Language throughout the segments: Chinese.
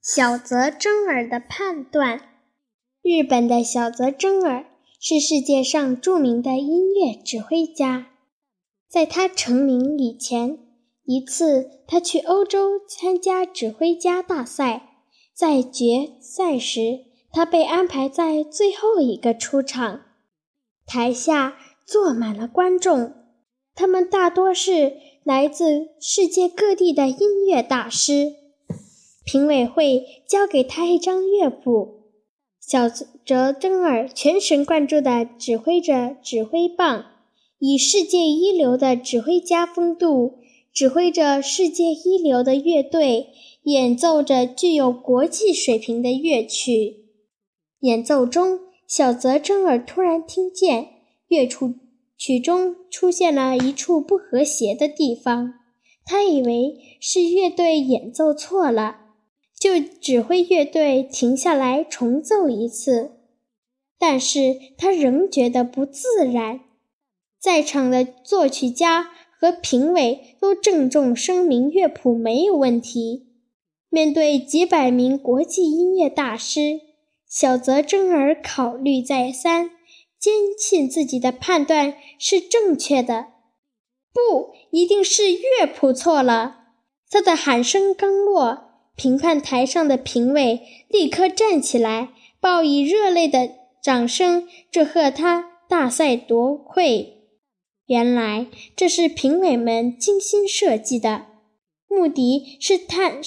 小泽征尔的判断。日本的小泽征尔是世界上著名的音乐指挥家。在他成名以前，一次他去欧洲参加指挥家大赛，在决赛时，他被安排在最后一个出场。台下坐满了观众，他们大多是来自世界各地的音乐大师。评委会交给他一张乐谱，小泽征尔全神贯注地指挥着指挥棒，以世界一流的指挥家风度指挥着世界一流的乐队，演奏着具有国际水平的乐曲。演奏中，小泽征尔突然听见乐曲中出现了一处不和谐的地方，他以为是乐队演奏错了，就指挥乐队停下来重奏一次，但是他仍觉得不自然。在场的作曲家和评委都郑重声明乐谱没有问题。面对几百名国际音乐大师，小泽征尔考虑再三，坚信自己的判断是正确的。不，一定是乐谱错了。他的喊声刚落，评判台上的评委立刻站起来，报以热烈的掌声，祝贺他大赛夺魁。原来这是评委们精心设计的，目的是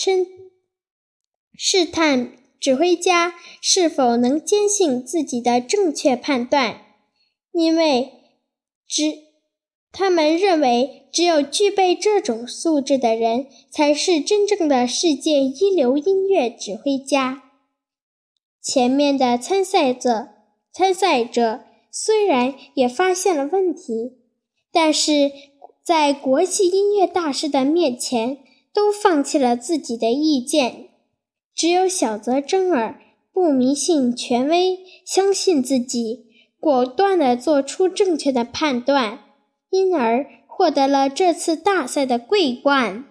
试探指挥家是否能坚信自己的正确判断，因为他们认为只有具备这种素质的人才是真正的世界一流音乐指挥家。前面的参赛者虽然也发现了问题，但是在国际音乐大师的面前都放弃了自己的意见。只有小泽征尔不迷信权威，相信自己，果断地做出正确的判断，因而获得了这次大赛的桂冠。